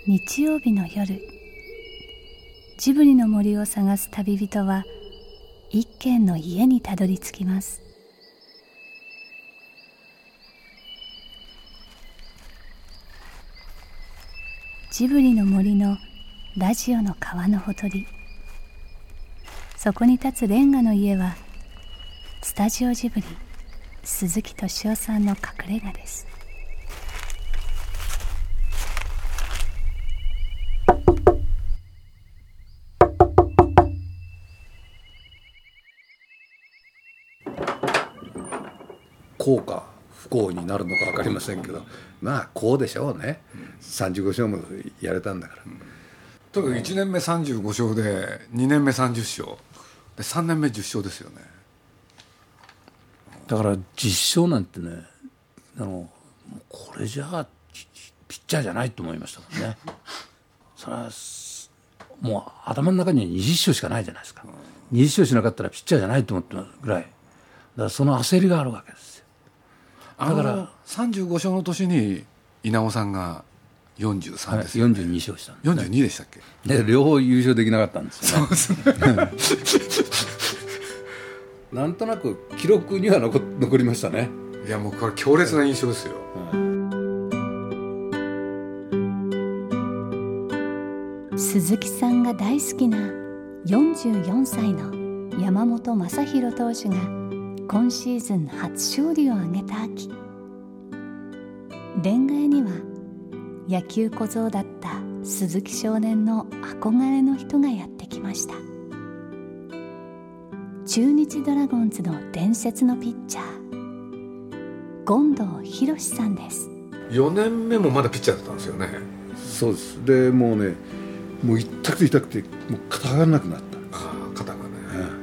日曜日の夜、ジブリの森を探す旅人は一軒の家にたどり着きます。ジブリの森のラジオの川のほとり、そこに立つレンガの家はスタジオジブリ鈴木敏夫さんの隠れ家です。 幸か不幸になるのか分かりませんけど、まあこうでしょうね。35勝もやれたんだから、 とにかく1年目35勝で2年目30勝で3年目10勝ですよね。 だから10勝なんてね、これじゃあピッチャーじゃないと思いましたもんね。それはもう頭の中には20勝しかないじゃないですか。20勝しなかったらピッチャーじゃないと思ってますぐらい。だからその焦りがあるわけですよ。 だから35勝の年に稲尾さんが43ですよね、 42勝したんです、ね、 42でしたっけ。 で両方優勝できなかったんですよね。そうですね。なんとなく記録には残りましたね。 いやもうこれ強烈な印象ですよ、 鈴木さんが大好きな44歳の山本昌弘投手が今シーズン初勝利を挙げた秋、レンガ屋には野球小僧だった鈴木少年の憧れの人がやってきました。中日ドラゴンズの伝説のピッチャー権藤博さんです。 4年目もまだピッチャーだったんですよね。 そうです。でもうね、もう痛くて痛くてもう肩が上がらなくなったんです。 肩がね、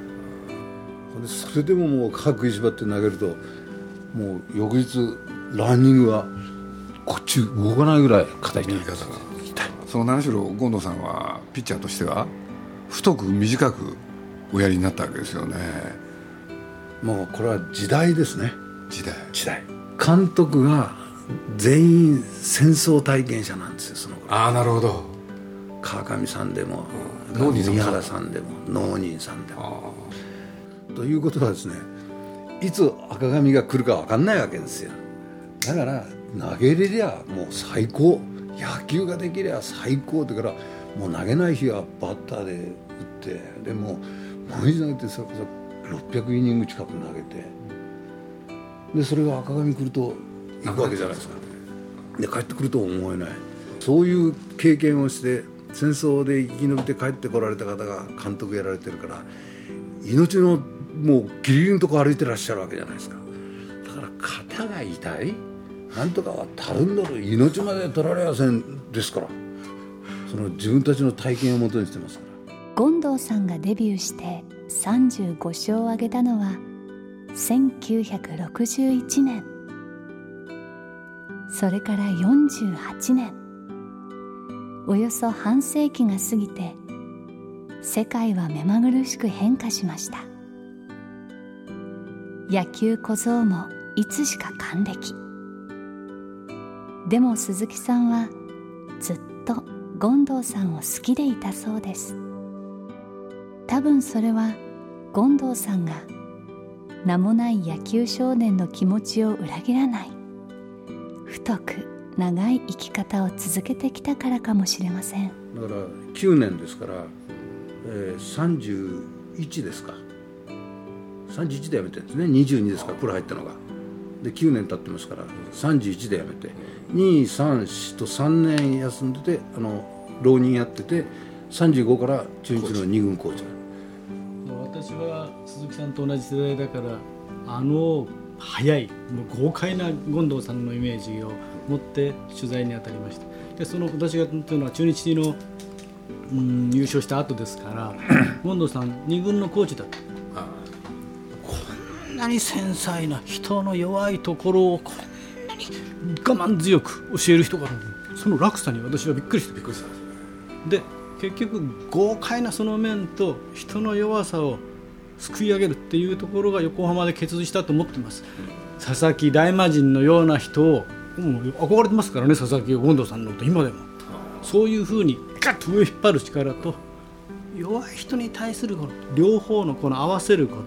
それでももう歯食いしばって投げると、もう翌日ランニングはこっち動かないぐらい肩痛い。 その何しろ権藤さんはピッチャーとしては太く短くおやりになったわけですよね。 もうこれは時代ですね。 時代。 監督が全員戦争体験者なんですよ、その頃。 なるほど。 川上さんでも、 宮原さんでも農人さんでも。ということはですね、いつ赤髪が来るか分かんないわけですよ。だから投げれりゃもう最高、野球ができりゃ最高だから、もう投げない日はバッターで打って、でも毎日投げて、それこそ600イニング近く投げて、でそれが赤髪来ると行くわけじゃないですか。で帰ってくると思えない。そういう経験をして戦争で生き延びて帰ってこられた方が監督やられてるから、命のもうギリギリのとこ歩いてらっしゃるわけじゃないですか。だから肩が痛いなんとかはたるんどる、命まで取られやせんですから、その自分たちの体験をもとにしてますから。 権藤さんがデビューして35勝を挙げたのは1961年。それから48年、およそ半世紀が過ぎて世界は目まぐるしく変化しました。野球小僧もいつしか還暦。でも鈴木さんはずっと権藤さんを好きでいたそうです。多分それは権藤さんが名もない野球少年の気持ちを裏切らない、太く長い生き方を続けてきたからかもしれません。 だから9年ですから、31ですか、31で辞めてるんですね。22ですからプロ入ったのが。で9年経ってますから31で辞めて、2、3、4と3年休んでて、浪人やってて、35から中日の2軍コーチ。 私は鈴木さんと同じ世代だから、速い豪快な権藤さんのイメージを持って取材に当たりました。でその私がというのは中日の、優勝した後ですから権藤さん2軍のコーチだった。こんなに繊細な人の弱いところをこんなに我慢強く教える人が、その落差に私はびっくりした。で結局豪快なその面と人の弱さをすくい上げるっていうところが横浜で結実したと思ってます。佐々木大魔神のような人をもう憧れてますからね、佐々木権藤さんのこと今でも。 そういうふうにガッと上を引っ張る力と弱い人に対するこの両方のこの合わせること、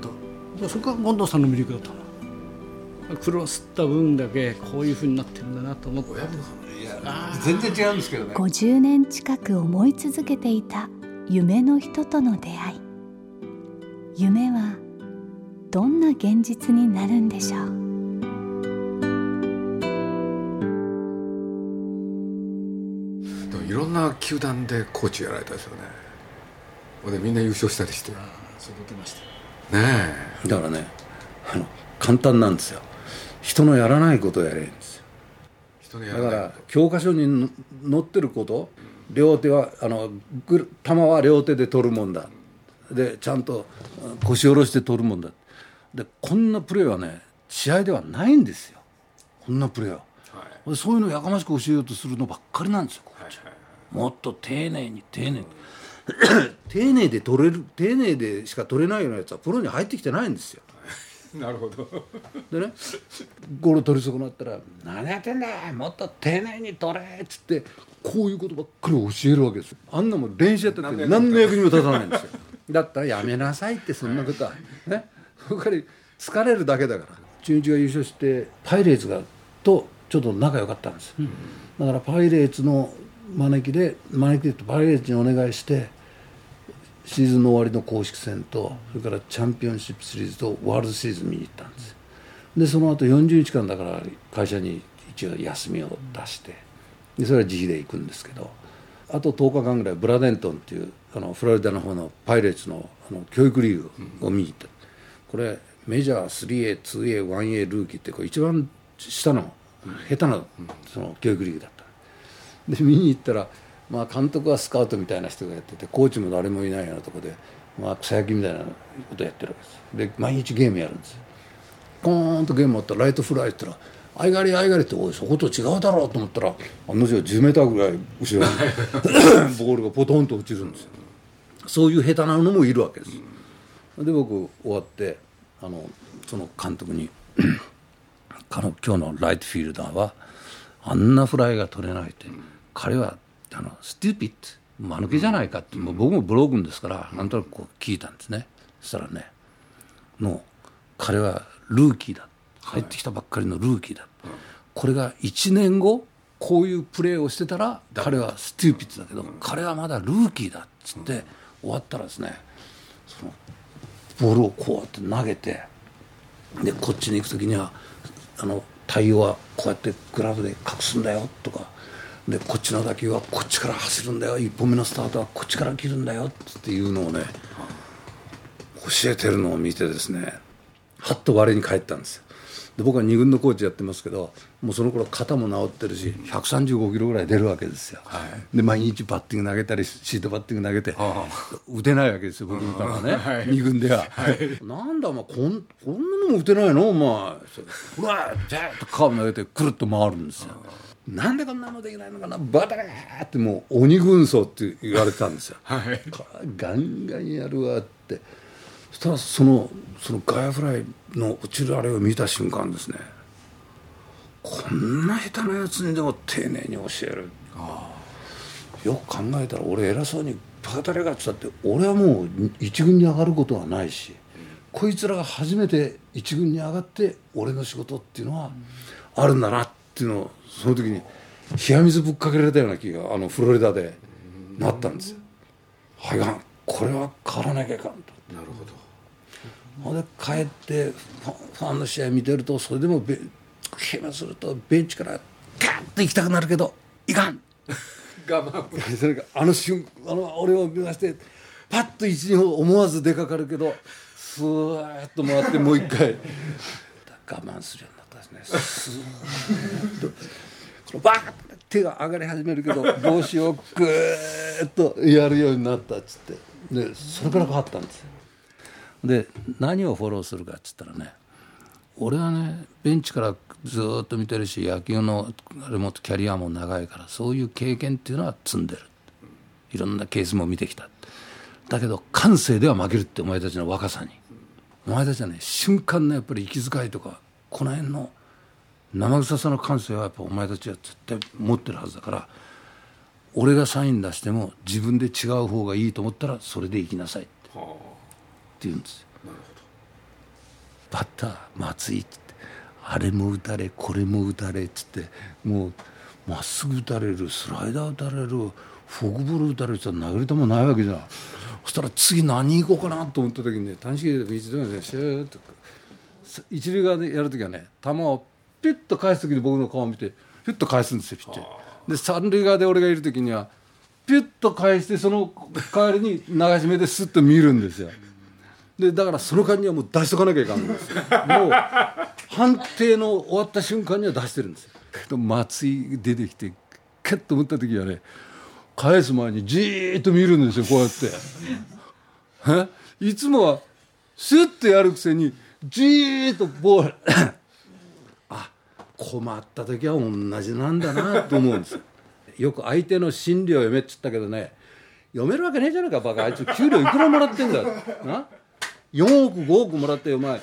そこが権藤さんの魅力だと思う。苦労吸った分だけこういうふうになってるんだなと思って。 全然違うんですけどね。 50年近く思い続けていた夢の人との出会い。夢はどんな現実になるんでしょう。 いろんな球団でコーチやられたですよね。でみんな優勝したりして。 そう出てましたねえ。だからね、簡単なんですよ。人のやらないことをやれるんですよ。だから教科書に載ってること、両手は球は両手で取るもんだ、でちゃんと腰下ろして取るもんだ、でこんなプレーはね試合ではないんですよ。こんなプレーは、はい、そういうのをやかましく教えようとするのばっかりなんですよ、はいはいはい、もっと丁寧に丁寧に丁寧で取れる、丁寧でしか取れないようなやつはプロに入ってきてないんですよ。 なるほど。 でね、ゴロ取り損なったら「何やってんだもっと丁寧に取れ」っつってこういうことばっかり教えるわけですよ。あんなもん練習やったって何の役にも立たないんですよ。だったらやめなさいって、そんなことはね、そこから疲れるだけだから。中日が優勝してパイレーツがとちょっと仲良かったんですよ、だからパイレーツの招きでパイレーツにお願いしてシーズンの終わりの公式戦と、それからチャンピオンシップシリーズとワールドシリーズ見に行ったんです。でその後40日間だから会社に一応休みを出して、でそれは自費で行くんですけど、あと10日間ぐらいブラデントンっていうフロリダの方のパイレーツの教育リーグを見に行った。これメジャー 3A、2A、1A ルーキーってこれ一番下の下手なその教育リーグだった。で見に行ったら、まあ、監督はスカウトみたいな人がやってて、コーチも誰もいないようなところで、まあ、草野球みたいなことをやってるわけです。で毎日ゲームやるんですよ。コーンとゲーム持ったらライトフライって言ったら「あいがりあいがり」って、おいそこと違うだろうと思ったら、案の定10メーターぐらい後ろにボールがポトンと落ちるんですよ。そういう下手なのもいるわけです。で僕終わってその監督に今日のライトフィールダーはあんなフライが取れないって、彼はステューピッド間抜けじゃないかって、もう僕もブログンですからなんとなくこう聞いたんですね。そしたらね、彼はルーキーだ、入ってきたばっかりのルーキーだ、これが1年後こういうプレーをしてたら彼はステューピッドだけど、彼はまだルーキーだっつって終わったらですね、そのボールをこうやって投げて、でこっちに行く時には対応はこうやってグラブで隠すんだよとか、でこっちの打球はこっちから走るんだよ、1本目のスタートはこっちから切るんだよっていうのをね教えてるのを見てですね、はっと我に返ったんですよ。で僕は2軍のコーチやってますけど、もうその頃肩も治ってるし135キロぐらい出るわけですよ、はい、で毎日バッティング投げたりシートバッティング投げて打てないわけですよ僕からね、はい、2軍では、はい、なんだお前こんなのも打てないのお前、うわージャーッとカーブ投げてくるっと回るんですよ。なんでこんなのできないのかな、バターってもう鬼軍曹って言われてたんですよ、はい、ガンガンやるわって。そしたらそのガヤフライの落ちるあれを見た瞬間ですね、こんな下手なやつにでも丁寧に教える。よく考えたら俺偉そうにバカタレがって言ったって、俺はもう一軍に上がることはないし、こいつらが初めて一軍に上がって俺の仕事っていうのはあるんだなっていうのを、その時に冷や水ぶっかけられたような気がフロリダでなったんですよ。はいがん、これは変わらなきゃいかんと。 なるほど。 で帰ってファンの試合見てると、それでも暇するとベンチからガッと行きたくなるけどいかん我慢それが俺を見ましてパッと一二歩思わず出かかるけど、スーッと回ってもう一回我慢するようになったですね。スーッとこのバーッと手が上がり始めるけど帽子をグーッとやるようになったっつって、でそれから変わったんですよ。で何をフォローするかっつったらね、俺はねベンチからずっと見てるし、野球のあれもキャリアも長いから、そういう経験っていうのは積んでる、いろんなケースも見てきた。だけど感性では負けるって、お前たちの若さに。お前たちはね瞬間のやっぱり息遣いとかこの辺の生臭さの感性はやっぱお前たちは絶対持ってるはずだから、 俺がサイン出しても自分で違う方がいいと思ったらそれで行きなさいって言うんですよ。 なるほバッター松井って言ってあれも打たれこれも打たれっつってもうまっすぐ打たれるスライダー打たれるフォークボール打たれるって投げる球もないわけじゃん。そしたら次何行こうかなと思った時にね短縮で一度ねシューッと一塁側でやる時はね球をピュッと返す時に僕の顔を見てピュッと返すんですよピッチャーで。三塁側で俺がいる時にはピュッと返してその代わりに流し目でスッと見るんですよ。でだからその間にはもう出しとかなきゃいかんんですよ。もう判定の終わった瞬間には出してるんですよ。松井出てきてキャッと思った時はね返す前にじーっと見るんですよこうやっていつもはシュッとやるくせにじーっとボールあ困った時は同じなんだなと思うんですよ。よく相手の心理を読めって言ったけどね読めるわけねえじゃないかバカあいつ給料いくらもらってんだな4億5億もらってお前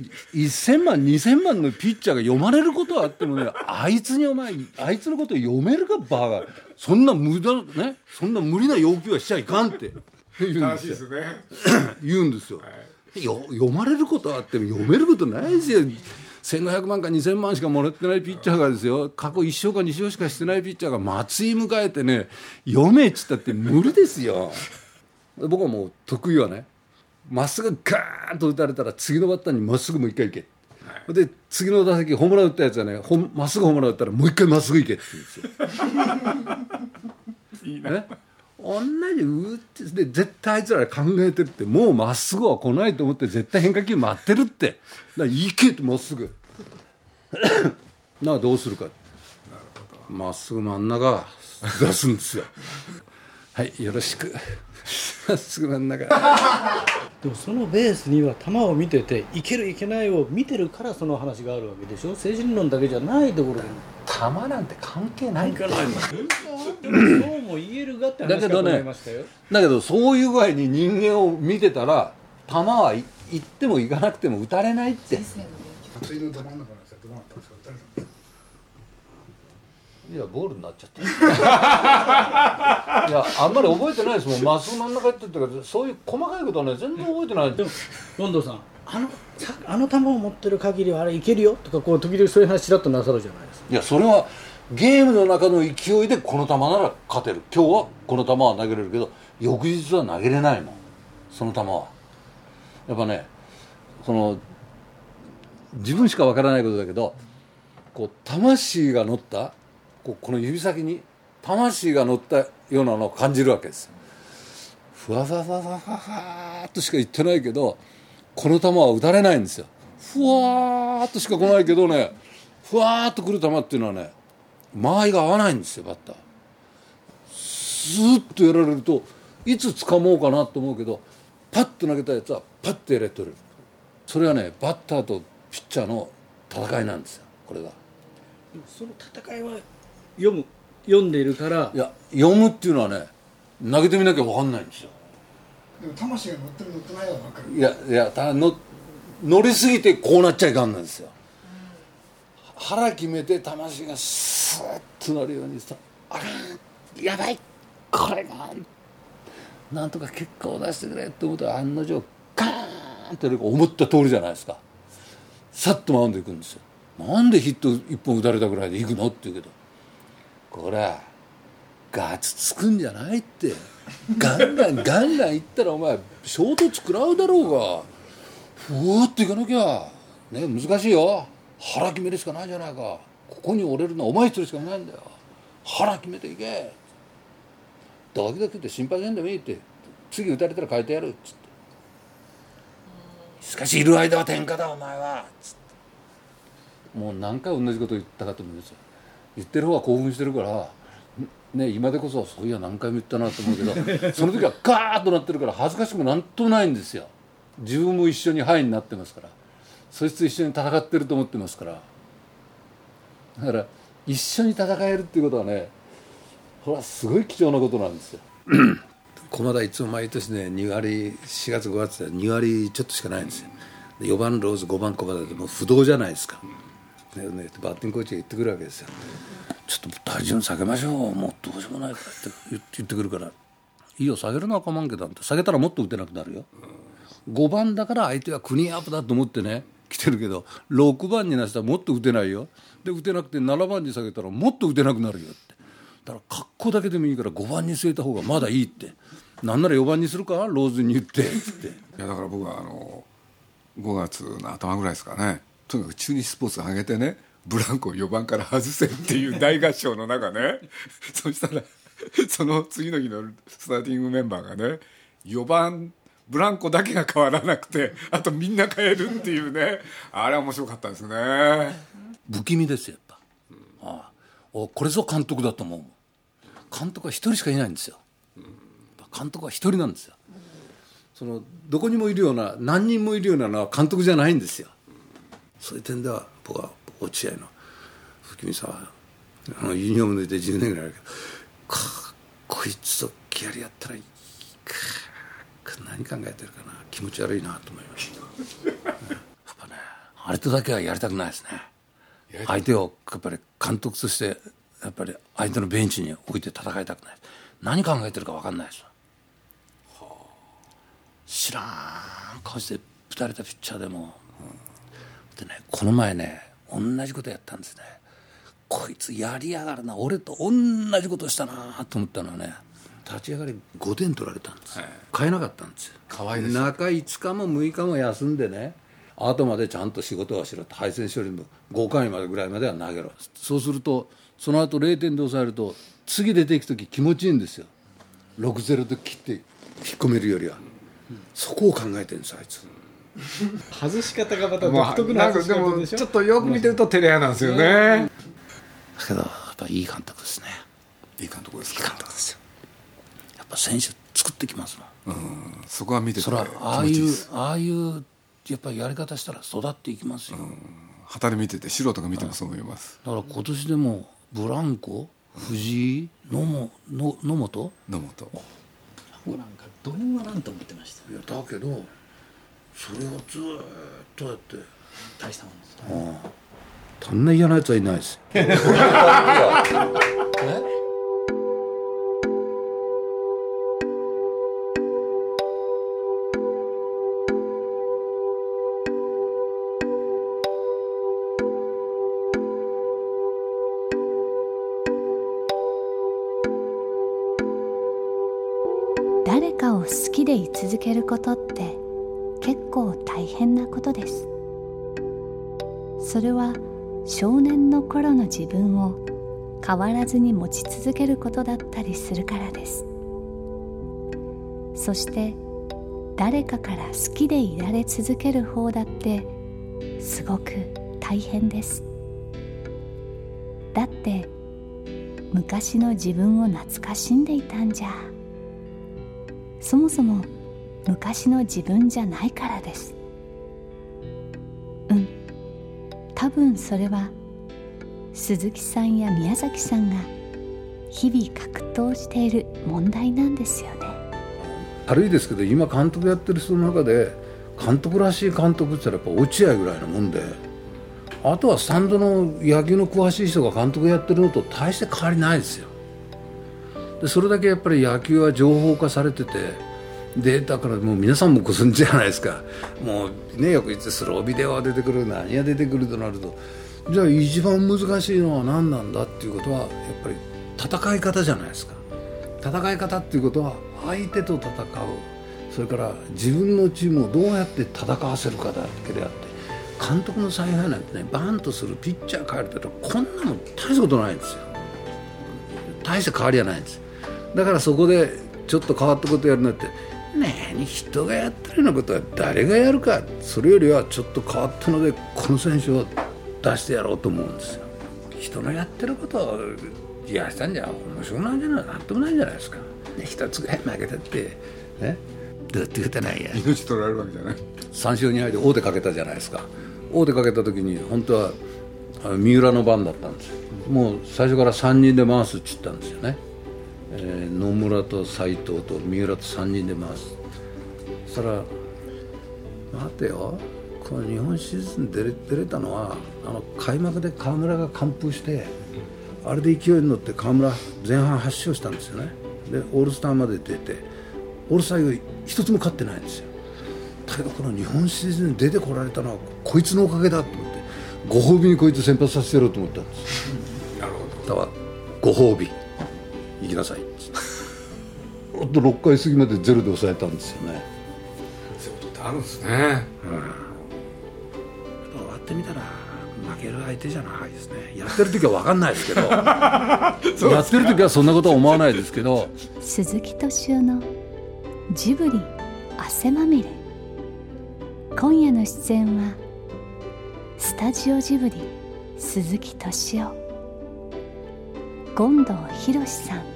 1000万2000万のピッチャーが読まれることはあってもねあいつにお前あいつのことを読めるかバカそんな無駄ねそんな無理な要求はしちゃいかんって言うんですよ。言うんですよ、読まれることはあっても読めることないですよ。1500万か2000万しかもらってないピッチャーがですよ過去1勝か2勝しかしてないピッチャーが松井迎えてね読めっつったって無理ですよ。僕はもう得意はねまっすぐガーンと打たれたら次のバッターにまっすぐもう一回行け、はい、で次の打席ホームラン打ったやつはねまっすぐホームラン打ったらもう一回まっすぐ行けって言うんですよいいね同じ打ってで絶対あいつら考えてるってもうまっすぐは来ないと思って絶対変化球待ってるってだから行けってまっすぐなあどうするかまっすぐ真ん中出すんですよはいよろしくまっすぐ真ん中でもそのベースには球を見てていけるいけないを見てるからその話があるわけでしょ。精神論だけじゃないところで球なんて関係ないからそうも言えるがって話かと思いましたよ。 だけどそういう具合に人間を見てたら球は行っても行かなくても打たれないって。いやボールになっちゃったいやあんまり覚えてないですもん。まっすぐ真ん中行ってったからそういう細かいことはね全然覚えてない。 でも権藤さんあの球を持ってる限りはあれいけるよとかこう時々そういう話ちらっとなさるじゃないですか。 いやそれはゲームの中の勢いでこの球なら勝てる今日はこの球は投げれるけど翌日は投げれないもんその球は。やっぱねその自分しかわからないことだけどこう魂が乗ったこの指先に魂が乗ったようなのを感じるわけですよ。ふわふわふわふわふわふわっとしか言ってないけどこの球は打たれないんですよ。ふわーっとしか来ないけどねふわーっと来る球っていうのはね間合いが合わないんですよバッター。スーッとやられるといつ掴もうかなと思うけどパッと投げたやつはパッとやれ取れる。それはねバッターとピッチャーの戦いなんですよこれが。 その戦いは読んでいるからいや読むっていうのはね投げてみなきゃ分かんないんですよ。 でも魂が乗ってる乗ってないは分かる。 いや乗りすぎてこうなっちゃいかんなんですよ。腹決めて魂がスーッとなるようにさあらやばいこれがなんとか結果を出してくれって思ったら案の定ガーンって思った通りじゃないですか。さっとマウンド行くんですよ。なんでヒット1本打たれたぐらいで行くのって言うけどこれガツつくんじゃないってガンガンいったらお前衝突食らうだろうがふーっといかなきゃね難しいよ。腹決めるしかないじゃないか。ここに折れるのはお前一人しかいないんだよ。腹決めていけドキドキって心配せんでもいいって次打たれたら変えてやるっつってしかしいる間は天下だお前はっつってもう何回同じこと言ったかと思うんですよ。言ってる方は興奮してるからね今でこそそういや何回も言ったなと思うけどその時はガーッとなってるから恥ずかしくもなんともないんですよ。自分も一緒にハイになってますからそいつと一緒に戦ってると思ってますからだから一緒に戦えるっていうことはねこれはすごい貴重なことなんですよ駒田いつも毎年ね2割4月5月で2割ちょっとしかないんですよ。4番ローズ5番駒田でもう不動じゃないですか。 バッティングコーチが言ってくるわけですよ。ちょっと打順下げましょう、もうどうしようもないからって言ってくるから、いいよ下げるのは構わんけどって、下げたらもっと打てなくなるよ。5番だから相手はクリーンアップだと思ってね来てるけど、6番になしたらもっと打てないよ。で打てなくて7番に下げたらもっと打てなくなるよって。だから格好だけでもいいから5番に据えた方がまだいいって、なんなら4番にするかローズに言ってって。いやだから僕は5月の頭ぐらいですかね、とにかく中日スポーツ上げてね、ブランコを4番から外せっていう大合唱の中ねそしたらその次の日のスターティングメンバーがね、4番ブランコだけが変わらなくて、あとみんな変えるっていうね、あれは面白かったですね。 不気味ですよやっぱ、これぞ監督だと思う。監督は一人しかいないんですよ。監督は一人なんですよ。そのどこにもいるような何人もいるようなのは監督じゃないんですよ。そういう点では僕は落合の不気味さはユニフォーム抜いて10年ぐらいあるけど、こいつとギャリやったらいいか、何考えてるかな、気持ち悪いなと思いましたやっぱね、あれとだけはやりたくないですね。相手をやっぱり監督としてやっぱり相手のベンチに置いて戦いたくない。何考えてるか分かんないですよ。知らん顔して打たれたピッチャーでも、でね、この前ね同じことやったんですね。こいつやりやがるな、俺と同じことしたなと思ったのはね、立ち上がり5点取られたんです、変えなかったんですよ。 可愛いです。 中5日も6日も休んでね、後までちゃんと仕事はしろと、敗戦処理も5回までぐらいまでは投げろ。そうするとその後0点で抑えると次出ていく時気持ちいいんですよ。6-0と切って引っ込めるよりは、そこを考えてるんですあいつ。 外し方がまた独特な外し方でしょ。 ちょっとよく見てると照れ屋なんですよね。 だけどやっぱいい監督ですね。 いい監督ですか。 いい監督ですよ。やっぱ選手作ってきますもん。 そこは見ててそれはああいうやっぱりやり方したら育っていきますよ。 旗で見てて素人が見てもそう思います。 だから今年でもブランコ、藤井、野本なんかどうはなんと思ってました。 いやだけどそれをずっとやって大したもんです。 そんな嫌なやつはいないです誰かを好きでい続けることって結構大変なことです。それは少年の頃の自分を変わらずに持ち続けることだったりするからです。そして誰かから好きでいられ続ける方だってすごく大変です。だって昔の自分を懐かしんでいたんじゃ、そもそも昔の自分じゃないからです。多分それは鈴木さんや宮崎さんが日々格闘している問題なんですよね。 悪いですけど今監督やってる人の中で監督らしい監督って言ったらやっぱ落合ぐらいのもんで、あとはスタンドの野球の詳しい人が監督やってるのと大して変わりないですよ。でそれだけやっぱり野球は情報化されてて、でだからもう皆さんもご存知じゃないですか。もうね、よく言ってスロービデオが出てくる、何が出てくるとなると、じゃあ一番難しいのは何なんだっていうことはやっぱり戦い方じゃないですか。戦い方っていうことは相手と戦う、それから自分のチームをどうやって戦わせるかだけであって、監督の采配なんてね、バンとするピッチャー変えるってこんなの大したことないんですよ。大した変わりはないんです。だからそこでちょっと変わったことやるなんて、ねえ、人がやってるようなことは誰がやるか、それよりはちょっと変わったのでこの選手を出してやろうと思うんですよ。人のやってることをやらしたんじゃ面白くないんじゃない、なんともないんじゃないですか。一つぐらい負けたってね、どうってことないや。 命取られるわけじゃない。 3勝2敗で王手かけたじゃないですか。王手かけた時に本当は三浦の番だったんですよ。もう最初から3人で回すって言ったんですよね。野村と斉藤と三浦と3人で回す。そしたら待てよ、 この日本シリーズに出れたのは開幕で河村が完封して、あれで勢いに乗って河村前半8勝したんですよね。でオールスターまで出て、オールスター以外一つも勝ってないんですよ。だけどこの日本シリーズに出てこられたのはこいつのおかげだと思って、ご褒美にこいつ先発させてやろうと思ったんです。 なるほど。 だからご褒美行きなさいってあと6回過ぎまでゼロで抑えたんですよね。 そういうことってあるんですね。 終わってみたら負ける相手じゃないですね。やってる時は分かんないですけどやってる時はそんなことは思わないですけど。 鈴木敏夫のジブリ汗まみれ。今夜の出演はスタジオジブリ鈴木敏夫、権藤博さん、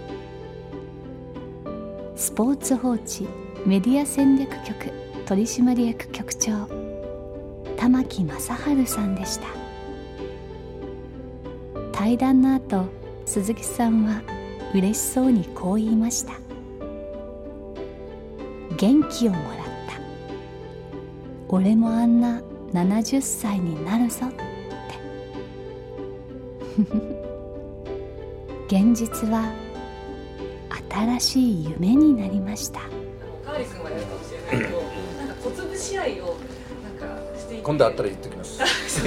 スポーツ報知メディア戦略局取締役局長玉木正治さんでした。対談の後、鈴木さんは嬉しそうにこう言いました。元気をもらった。俺もあんな70歳になるぞって現実は新しい夢になりました。 おかわり君はやるかもしれないけど、なんか小粒試合をなんかしていて、 今度会ったら言ってきますい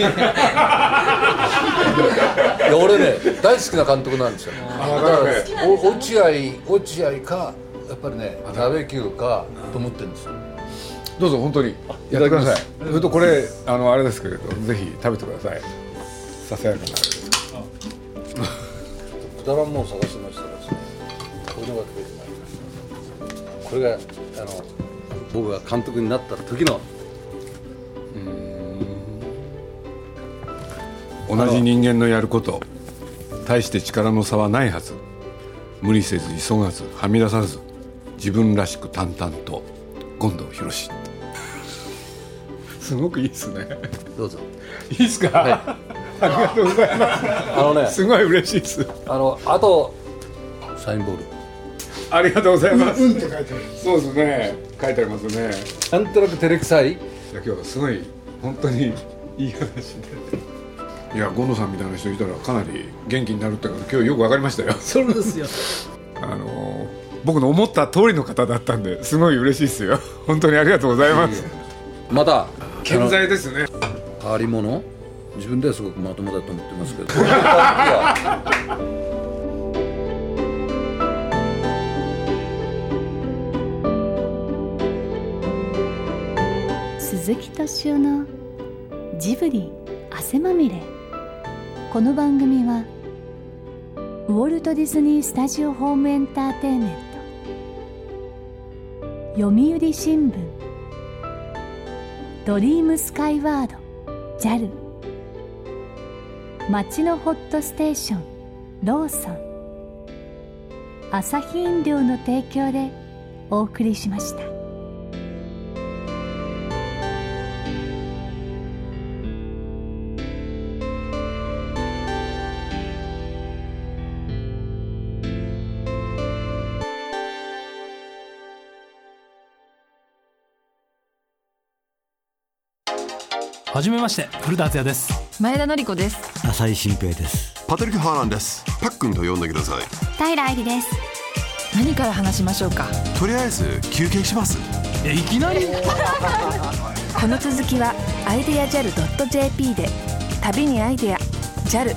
や俺ね大好きな監督なんですよ。だから落合かやっぱりね鍋球かと思ってるんですよ。 どうぞ本当にやってください。それとこれあれですけれど、ぜひ食べてください。ささやかなあれです。 くだらんものを探しましたらですね、こういうのが出てまいりました。これが僕が監督になった時の同じ人間のやること、大して力の差はないはず。無理せず急がずはみ出さず、自分らしく淡々と。権藤博。すごくいいですね。 どうぞ。 いいですか、はい、ありがとうございます。すごい嬉しいです。 あとサインボールありがとうございます。 って書いてある。 そうですね、書いてありますね。 なんとなく照れくさい。 いや今日すごい本当にいい話で、いや権藤さんみたいな人いたらかなり元気になるってこと今日よく分かりましたよ。 そうですよ。 僕の思った通りの方だったんですごい嬉しいですよ。本当にありがとうございます。 また健在ですね。 変わり者、自分ではすごくまともだと思ってますけど鈴木敏夫のジブリ汗まみれ。この番組はウォルト・ディズニー・スタジオ・ホーム・エンターテインメント、読売新聞、ドリームスカイワード JAL、 街のホットステーションローソン、アサヒ飲料の提供でお送りしました。 はじめまして、古田敦也です。 前田典子です。 浅井新平です。 パトリック・ハーランです。パックンと呼んでください。 平愛理です。 何から話しましょうか。 とりあえず休憩します。 いきなりこの続きはアイデア JAL.jp で、旅にアイデア JAL。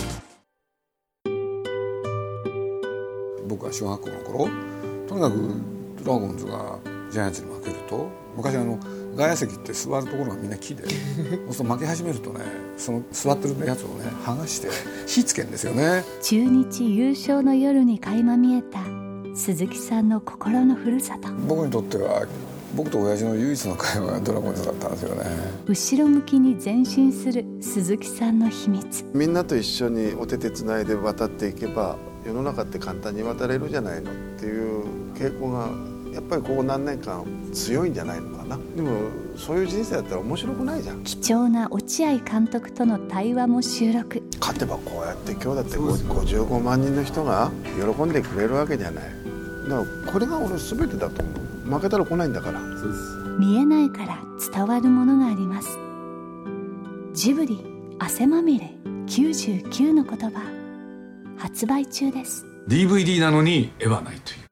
僕は小学校の頃、とにかくドラゴンズがジャイアンツに負けると、昔外野席って座るところがみんな木でそうすると負け始めるとね、その座ってるやつをね剥がして火つけるんですよね。 中日優勝の夜に垣間見えた鈴木さんの心のふるさと。 僕にとっては僕と親父の唯一の会話がドラゴンズだったんですよね。 後ろ向きに前進する鈴木さんの秘密。 みんなと一緒にお手手つないで渡っていけば世の中って簡単に渡れるじゃないのっていう傾向がやっぱりここ何年間強いんじゃないのかな。でもそういう人生だったら面白くないじゃん。 貴重な落合監督との対話も収録。 勝てばこうやって今日だって55万人の人が喜んでくれるわけじゃない。だからこれが俺全てだと思う。負けたら来ないんだから。 見えないから伝わるものがあります。 ジブリ汗まみれ99の言葉発売中です。 DVD なのに絵はないという